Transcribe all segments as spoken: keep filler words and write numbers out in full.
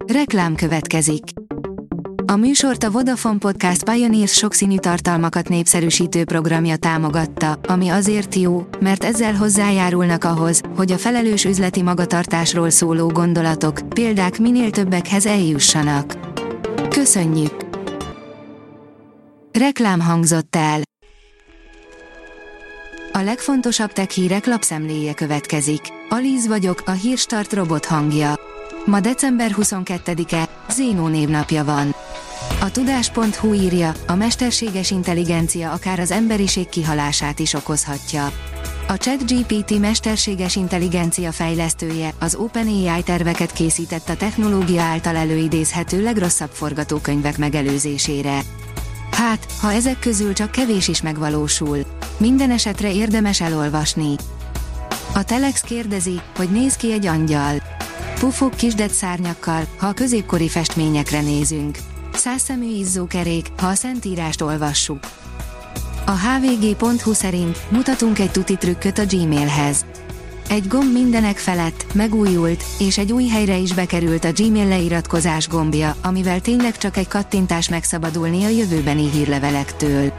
Reklám következik. A műsort a Vodafone Podcast Pioneers sokszínű tartalmakat népszerűsítő programja támogatta, ami azért jó, mert ezzel hozzájárulnak ahhoz, hogy a felelős üzleti magatartásról szóló gondolatok, példák minél többekhez eljussanak. Köszönjük! Reklám hangzott el. A legfontosabb tech hírek lapszemléje következik. Alíz vagyok, a Hírstart robot hangja. Ma december huszonkettedike, Zénó névnapja van. A tudás pont hu írja, a mesterséges intelligencia akár az emberiség kihalását is okozhatja. A ChatGPT mesterséges intelligencia fejlesztője, az OpenAI terveket készített a technológia által előidézhető legrosszabb forgatókönyvek megelőzésére. Hát, ha ezek közül csak kevés is megvalósul. Minden esetre érdemes elolvasni. A Telex kérdezi, hogy néz ki egy angyal. Pufok kisdett szárnyakkal, ha a középkori festményekre nézünk. Százszemű izzókerék, ha a Szentírást olvassuk. A há vé gé pont hu szerint mutatunk egy tuti trükköt a Gmailhez. Egy gomb mindenek felett, megújult, és egy új helyre is bekerült a Gmail leiratkozás gombja, amivel tényleg csak egy kattintás megszabadulni a jövőbeni hírlevelektől.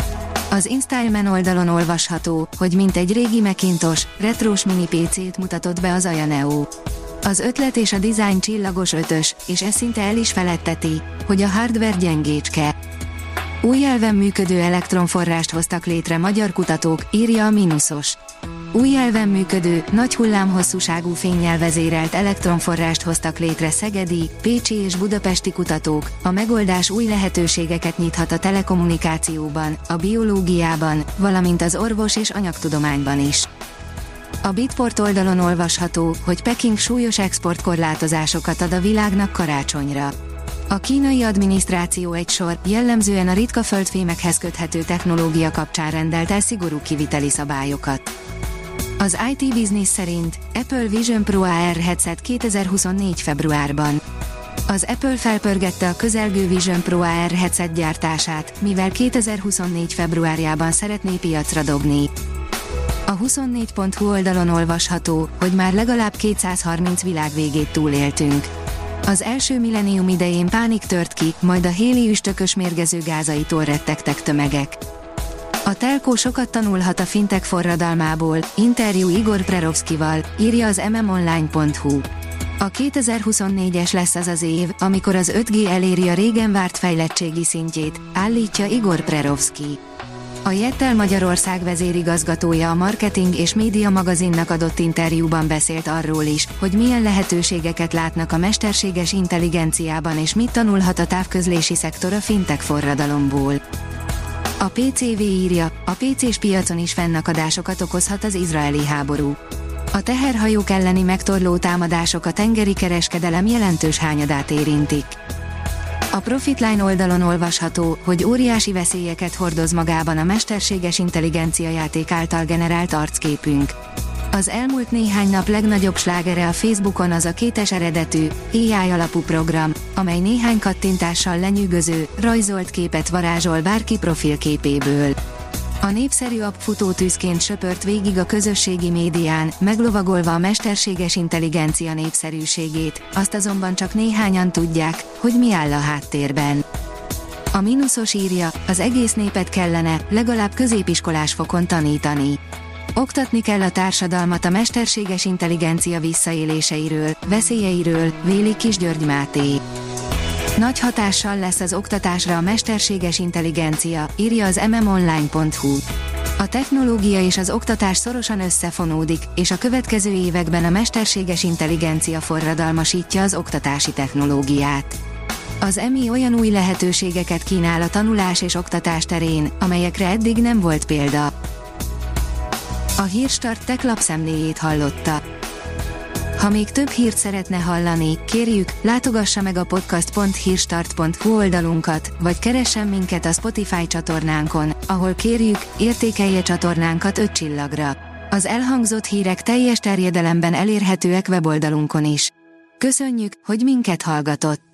Az InStyleman oldalon olvasható, hogy mint egy régi Macintosh, retrós mini pé cét mutatott be az Aya Neo. Az ötlet és a design csillagos ötös, és ez szinte el is feletteti, hogy a hardware gyengécske. Új nyelven működő elektronforrást hoztak létre magyar kutatók, írja a Minusos. Új nyelven működő, nagy hullámhosszúságú fénnyel vezérelt elektronforrást hoztak létre szegedi, pécsi és budapesti kutatók. A megoldás új lehetőségeket nyithat a telekommunikációban, a biológiában, valamint az orvos- és anyagtudományban is. A Bitport oldalon olvasható, hogy Peking súlyos exportkorlátozásokat ad a világnak karácsonyra. A kínai adminisztráció egy sor, jellemzően a ritka földfémekhez köthető technológia kapcsán rendelt el szigorú kiviteli szabályokat. Az i té Business szerint Apple Vision Pro á er headset kétezer-huszonnégy februárban. Az Apple felpörgette a közelgő Vision Pro á er headset gyártását, mivel kétezer-huszonnégy februárjában szeretné piacra dobni. A huszonnégy pont hu oldalon olvasható, hogy már legalább kétszázharminc világvégét túléltünk. Az első millennium idején pánik tört ki, majd a héli üstökös mérgező gázaitól rettegtek tömegek. A telkó sokat tanulhat a fintech forradalmából, interjú Igor Prerovszkival, írja az em em online pont hu. A kétezer-huszonnégyes lesz az az év, amikor az öt gé eléri a régen várt fejlettségi szintjét, állítja Igor Prerovszki. A Jettel Magyarország vezérigazgatója a Marketing és Média magazinnak adott interjúban beszélt arról is, hogy milyen lehetőségeket látnak a mesterséges intelligenciában és mit tanulhat a távközlési szektor a fintech forradalomból. A pé cé vé írja, a pé cés piacon is fennakadásokat okozhat az izraeli háború. A teherhajók elleni megtorló támadások a tengeri kereskedelem jelentős hányadát érintik. A Profitline oldalon olvasható, hogy óriási veszélyeket hordoz magában a mesterséges intelligencia játék által generált arcképünk. Az elmúlt néhány nap legnagyobb slágere a Facebookon az a kétes eredetű, á i alapú program, amely néhány kattintással lenyűgöző, rajzolt képet varázsol bárki profilképéből. A népszerű app futótűzként söpört végig a közösségi médián, meglovagolva a mesterséges intelligencia népszerűségét, azt azonban csak néhányan tudják, hogy mi áll a háttérben. A Minusos írja, az egész népet kellene, legalább középiskolás fokon tanítani. Oktatni kell a társadalmat a mesterséges intelligencia visszaéléseiről, veszélyeiről, véli Kis György Máté. Nagy hatással lesz az oktatásra a mesterséges intelligencia, írja az em em online pont hu. A technológia és az oktatás szorosan összefonódik, és a következő években a mesterséges intelligencia forradalmasítja az oktatási technológiát. Az em i olyan új lehetőségeket kínál a tanulás és oktatás terén, amelyekre eddig nem volt példa. A Hírstart tech lapszemléjét hallotta. Ha még több hírt szeretne hallani, kérjük, látogassa meg a podcast pont hírstart pont hu oldalunkat, vagy keressen minket a Spotify csatornánkon, ahol kérjük, értékelje csatornánkat öt csillagra. Az elhangzott hírek teljes terjedelemben elérhetőek weboldalunkon is. Köszönjük, hogy minket hallgatott!